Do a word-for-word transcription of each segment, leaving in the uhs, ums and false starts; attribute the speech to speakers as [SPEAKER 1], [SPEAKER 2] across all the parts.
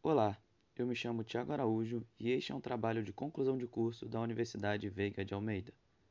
[SPEAKER 1] Olá, eu me chamo Tiago Araújo e este é um trabalho de conclusão de curso da Universidade Veiga de Almeida.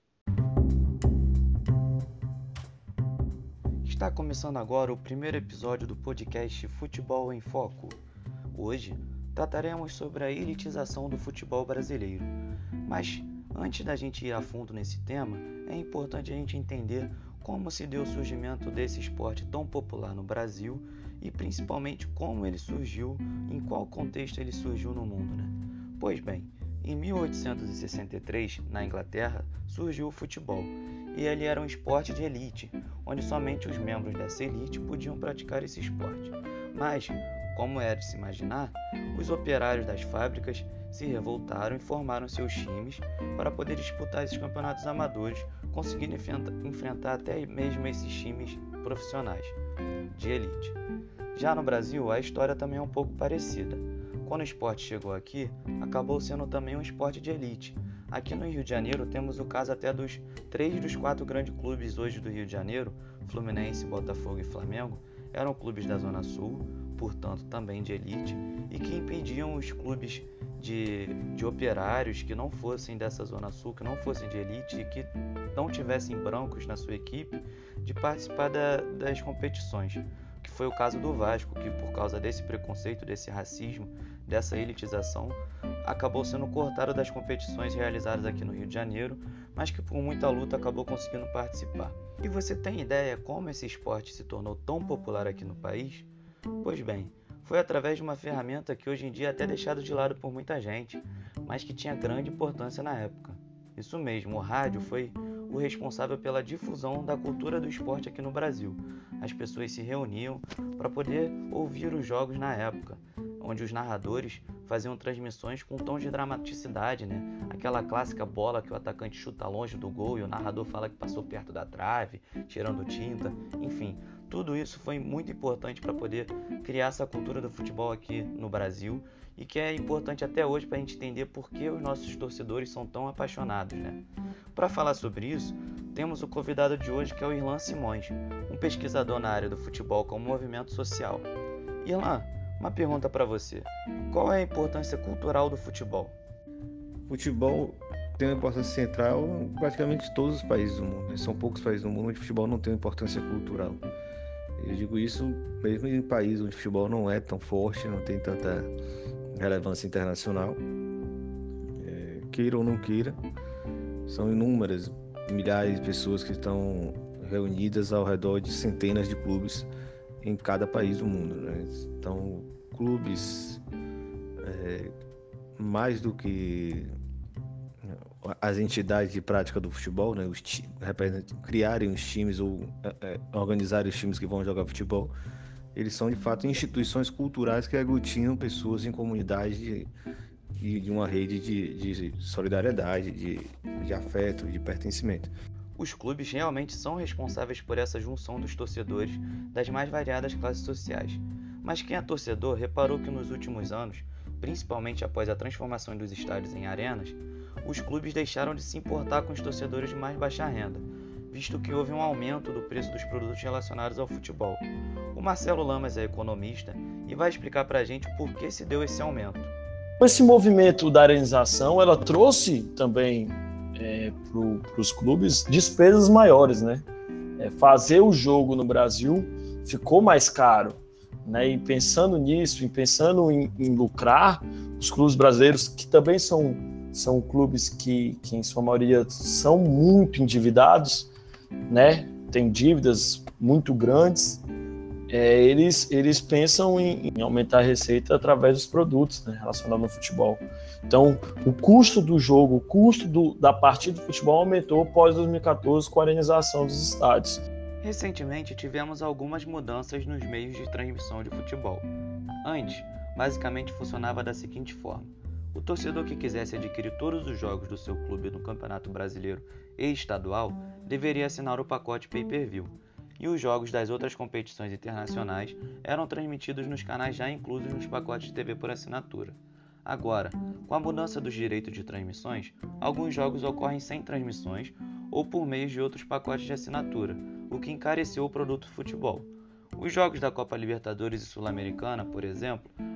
[SPEAKER 1] Está começando agora o primeiro episódio do podcast Futebol em Foco. Hoje trataremos sobre a elitização do futebol brasileiro, mas antes da gente ir a fundo nesse tema, é importante a gente entender como se deu o surgimento desse esporte tão popular no Brasil e principalmente como ele surgiu, em qual contexto ele surgiu no mundo, né? Pois bem, em mil oitocentos e sessenta e três, na Inglaterra, surgiu o futebol, e ele era um esporte de elite, onde somente os membros dessa elite podiam praticar esse esporte. Mas, como é de se imaginar, os operários das fábricas se revoltaram e formaram seus times para poder disputar esses campeonatos amadores, conseguindo enfrentar até mesmo esses times profissionais de elite. Já no Brasil, a história também é um pouco parecida. Quando o esporte chegou aqui, acabou sendo também um esporte de elite. Aqui no Rio de Janeiro temos o caso até dos três dos quatro grandes clubes hoje do Rio de Janeiro, Fluminense, Botafogo e Flamengo, eram clubes da Zona Sul, portanto também de elite, e que impediam os clubes de, de operários que não fossem dessa Zona Sul, que não fossem de elite e que não tivessem brancos na sua equipe, de participar da, das competições. Que foi o caso do Vasco, que por causa desse preconceito, desse racismo, dessa elitização, acabou sendo cortado das competições realizadas aqui no Rio de Janeiro, mas que por muita luta acabou conseguindo participar. E você tem ideia como esse esporte se tornou tão popular aqui no país? Pois bem, foi através de uma ferramenta que hoje em dia é até deixado de lado por muita gente, mas que tinha grande importância na época. Isso mesmo, o rádio foi o responsável pela difusão da cultura do esporte aqui no Brasil. As pessoas se reuniam para poder ouvir os jogos na época, onde os narradores faziam transmissões com um tom de dramaticidade, né? Aquela clássica bola que o atacante chuta longe do gol e o narrador fala que passou perto da trave, tirando tinta, enfim. Tudo isso foi muito importante para poder criar essa cultura do futebol aqui no Brasil e que é importante até hoje para a gente entender por que os nossos torcedores são tão apaixonados, né? Para falar sobre isso, temos o convidado de hoje, que é o Irlan Simões, um pesquisador na área do futebol como movimento social. Irlan, uma pergunta para você. Qual é a importância cultural do futebol?
[SPEAKER 2] Futebol tem uma importância central em praticamente todos os países do mundo. São poucos países do mundo onde o futebol não tem uma importância cultural. Eu digo isso mesmo em países onde o futebol não é tão forte, não tem tanta relevância internacional. É, queira ou não queira, são inúmeras, milhares de pessoas que estão reunidas ao redor de centenas de clubes em cada país do mundo, né? Então, clubes, é, mais do que as entidades de prática do futebol, né, os ti- criarem os times ou é, é, organizarem os times que vão jogar futebol, eles são de fato instituições culturais que aglutinam pessoas em comunidades de, de, de uma rede de, de solidariedade, de, de afeto, de pertencimento.
[SPEAKER 1] Os clubes realmente são responsáveis por essa junção dos torcedores das mais variadas classes sociais. Mas quem é torcedor reparou que nos últimos anos, principalmente após a transformação dos estádios em arenas, os clubes deixaram de se importar com os torcedores de mais baixa renda, visto que houve um aumento do preço dos produtos relacionados ao futebol. O Marcelo Lamas é economista e vai explicar para a gente o porquê se deu esse aumento.
[SPEAKER 3] Esse movimento da arenização, ela trouxe também é, para os clubes despesas maiores, né? É, fazer o jogo no Brasil ficou mais caro, né? E pensando nisso, e pensando em, em lucrar, os clubes brasileiros, que também são, são clubes que, que, em sua maioria, são muito endividados, né? Tem dívidas muito grandes, é, eles, eles pensam em, em aumentar a receita através dos produtos, né, relacionados ao futebol. Então, o custo do jogo, o custo do, da partida de futebol aumentou após dois mil e catorze com a arenização dos estádios.
[SPEAKER 1] Recentemente tivemos algumas mudanças nos meios de transmissão de futebol. Antes, basicamente funcionava da seguinte forma: o torcedor que quisesse adquirir todos os jogos do seu clube no Campeonato Brasileiro e Estadual deveria assinar o pacote pay-per-view, e os jogos das outras competições internacionais eram transmitidos nos canais já inclusos nos pacotes de T V por assinatura. Agora, com a mudança dos direitos de transmissões, alguns jogos ocorrem sem transmissões ou por meio de outros pacotes de assinatura, o que encareceu o produto futebol. Os jogos da Copa Libertadores e Sul-Americana, por exemplo,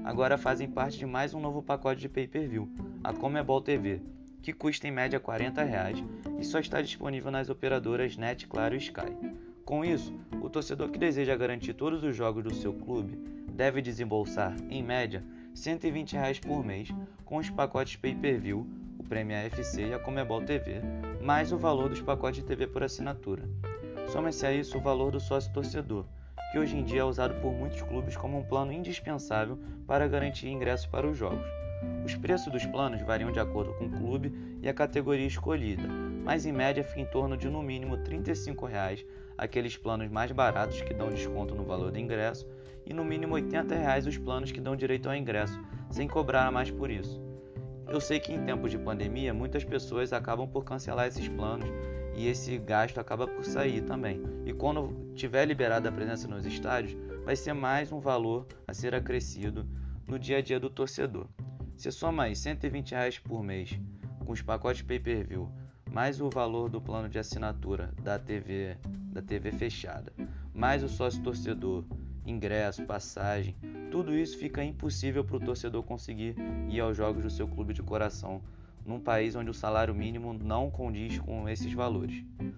[SPEAKER 1] agora fazem parte de mais um novo pacote de pay-per-view, a Comebol T V, que custa em média quarenta reais e só está disponível nas operadoras Net, Claro e Sky. Com isso, o torcedor que deseja garantir todos os jogos do seu clube deve desembolsar, em média, cento e vinte reais por mês com os pacotes pay-per-view, o Premier F C e a Comebol T V, mais o valor dos pacotes de T V por assinatura. Soma-se a isso o valor do sócio-torcedor, que hoje em dia é usado por muitos clubes como um plano indispensável para garantir ingressos para os jogos. Os preços dos planos variam de acordo com o clube e a categoria escolhida, mas em média fica em torno de no mínimo trinta e cinco reais aqueles planos mais baratos que dão desconto no valor do ingresso e no mínimo oitenta reais os planos que dão direito ao ingresso, sem cobrar a mais por isso. Eu sei que em tempos de pandemia muitas pessoas acabam por cancelar esses planos e esse gasto acaba por sair também. E quando tiver liberada a presença nos estádios, vai ser mais um valor a ser acrescido no dia a dia do torcedor. Se soma aí cento e vinte reais por mês com os pacotes pay-per-view, mais o valor do plano de assinatura da T V, da T V fechada, mais o sócio-torcedor, ingresso, passagem, tudo isso fica impossível para o torcedor conseguir ir aos jogos do seu clube de coração, num país onde o salário mínimo não condiz com esses valores.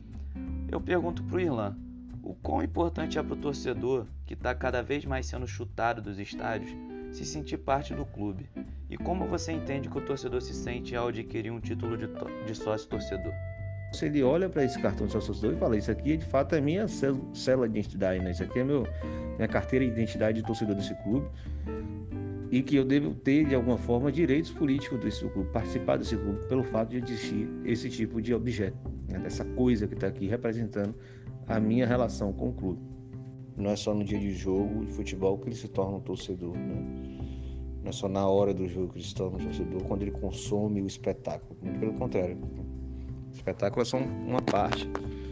[SPEAKER 1] Eu pergunto para o Irlan, o quão importante é para o torcedor, que está cada vez mais sendo chutado dos estádios, se sentir parte do clube? E como você entende que o torcedor se sente ao adquirir um título de, de sócio-torcedor?
[SPEAKER 2] Se ele olha para esse cartão de sócio-torcedor e fala, isso aqui de fato é minha célula de identidade, né? Isso aqui é meu, minha carteira de identidade de torcedor desse clube, e que eu devo ter, de alguma forma, direitos políticos desse clube, participar desse clube, pelo fato de existir esse tipo de objeto, né? Dessa coisa que está aqui representando a minha relação com o clube. Não é só no dia de jogo de futebol que ele se torna um torcedor, né? Não é só na hora do jogo que ele se torna um torcedor, quando ele consome o espetáculo. Muito pelo contrário. O espetáculo é só uma parte.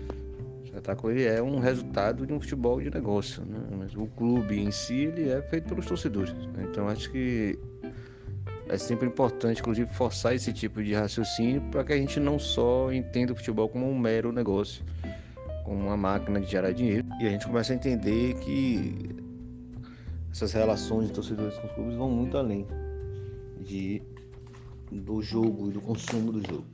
[SPEAKER 2] O espetáculo ele é um resultado de um futebol de negócio, né? Mas o clube em si ele é feito pelos torcedores, né? Então acho que é sempre importante, inclusive, forçar esse tipo de raciocínio para que a gente não só entenda o futebol como um mero negócio, como uma máquina de gerar dinheiro, e a gente começa a entender que essas relações de torcedores com os clubes vão muito além de, do jogo e do consumo do jogo.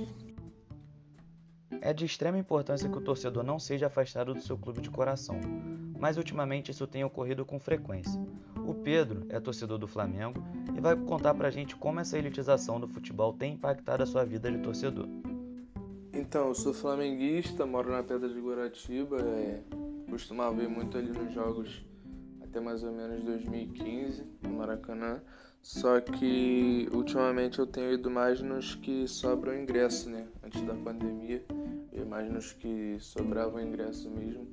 [SPEAKER 1] É de extrema importância que o torcedor não seja afastado do seu clube de coração, mas ultimamente isso tem ocorrido com frequência. O Pedro é torcedor do Flamengo e vai contar pra gente como essa elitização do futebol tem impactado a sua vida de torcedor.
[SPEAKER 4] Então, eu sou flamenguista, moro na Pedra de Guaratiba, é, costumava ir muito ali nos jogos até mais ou menos dois mil e quinze, no Maracanã, só que ultimamente eu tenho ido mais nos que sobram ingresso, né? Antes da pandemia, eu ia mais nos que sobravam ingresso mesmo,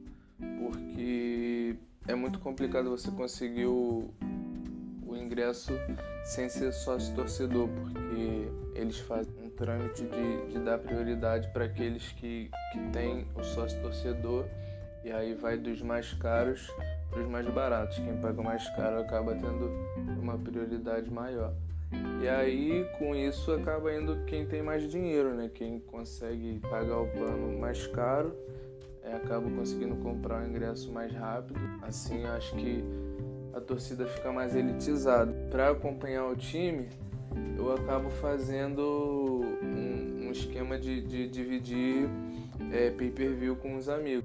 [SPEAKER 4] porque é muito complicado você conseguir o, o ingresso sem ser sócio torcedor, porque eles fazem um trâmite de, de dar prioridade para aqueles que, que têm o sócio torcedor, e aí vai dos mais caros para os mais baratos. Quem paga mais caro acaba tendo uma prioridade maior. E aí, com isso, acaba indo quem tem mais dinheiro, né? Quem consegue pagar o plano mais caro, é, acaba conseguindo comprar o ingresso mais rápido. Assim, acho que a torcida fica mais elitizada. Para acompanhar o time, eu acabo fazendo um, um esquema de, de dividir é, pay-per-view com os amigos.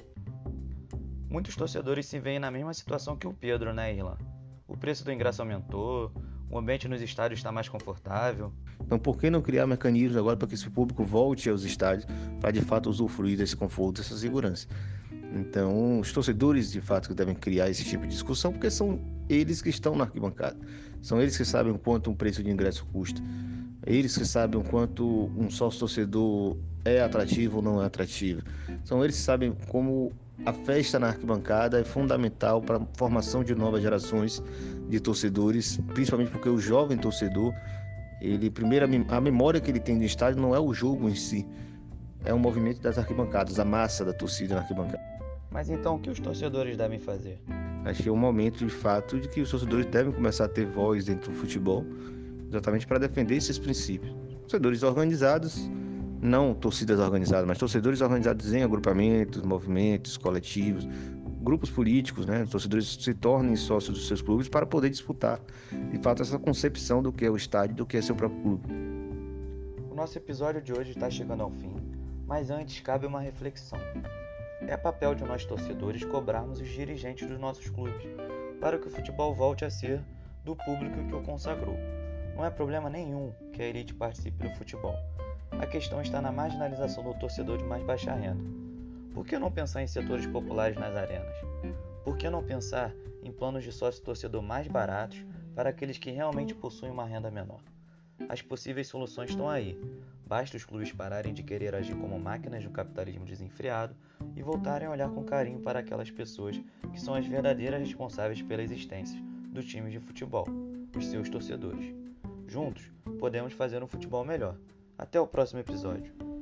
[SPEAKER 1] Muitos torcedores se veem na mesma situação que o Pedro, né, Irlan? O preço do ingresso aumentou, o ambiente nos estádios está mais confortável.
[SPEAKER 2] Então, por que não criar mecanismos agora para que esse público volte aos estádios para, de fato, usufruir desse conforto, dessa segurança? Então, os torcedores, de fato, que devem criar esse tipo de discussão, porque são eles que estão na arquibancada. São eles que sabem o quanto um preço de ingresso custa. Eles que sabem o quanto um sócio-torcedor é atrativo ou não é atrativo. São eles que sabem como a festa na arquibancada é fundamental para a formação de novas gerações de torcedores, principalmente porque o jovem torcedor, ele primeiro a memória que ele tem do estádio não é o jogo em si, é o movimento das arquibancadas, a massa da torcida na arquibancada.
[SPEAKER 1] Mas então o que os torcedores devem fazer?
[SPEAKER 2] Acho que é um momento de fato de que os torcedores devem começar a ter voz dentro do futebol, exatamente para defender esses princípios. Torcedores organizados, não torcidas organizadas, mas torcedores organizados em agrupamentos, movimentos, coletivos, grupos políticos, né, torcedores se tornem sócios dos seus clubes para poder disputar, de fato, essa concepção do que é o estádio, do que é seu próprio clube.
[SPEAKER 1] O nosso episódio de hoje está chegando ao fim, mas antes cabe uma reflexão. É papel de nós torcedores cobrarmos os dirigentes dos nossos clubes para que o futebol volte a ser do público que o consagrou. Não é problema nenhum que a elite participe do futebol. A questão está na marginalização do torcedor de mais baixa renda. Por que não pensar em setores populares nas arenas? Por que não pensar em planos de sócio-torcedor mais baratos para aqueles que realmente possuem uma renda menor? As possíveis soluções estão aí. Basta os clubes pararem de querer agir como máquinas do capitalismo desenfreado e voltarem a olhar com carinho para aquelas pessoas que são as verdadeiras responsáveis pela existência dos times de futebol, os seus torcedores. Juntos, podemos fazer um futebol melhor. Até o próximo episódio.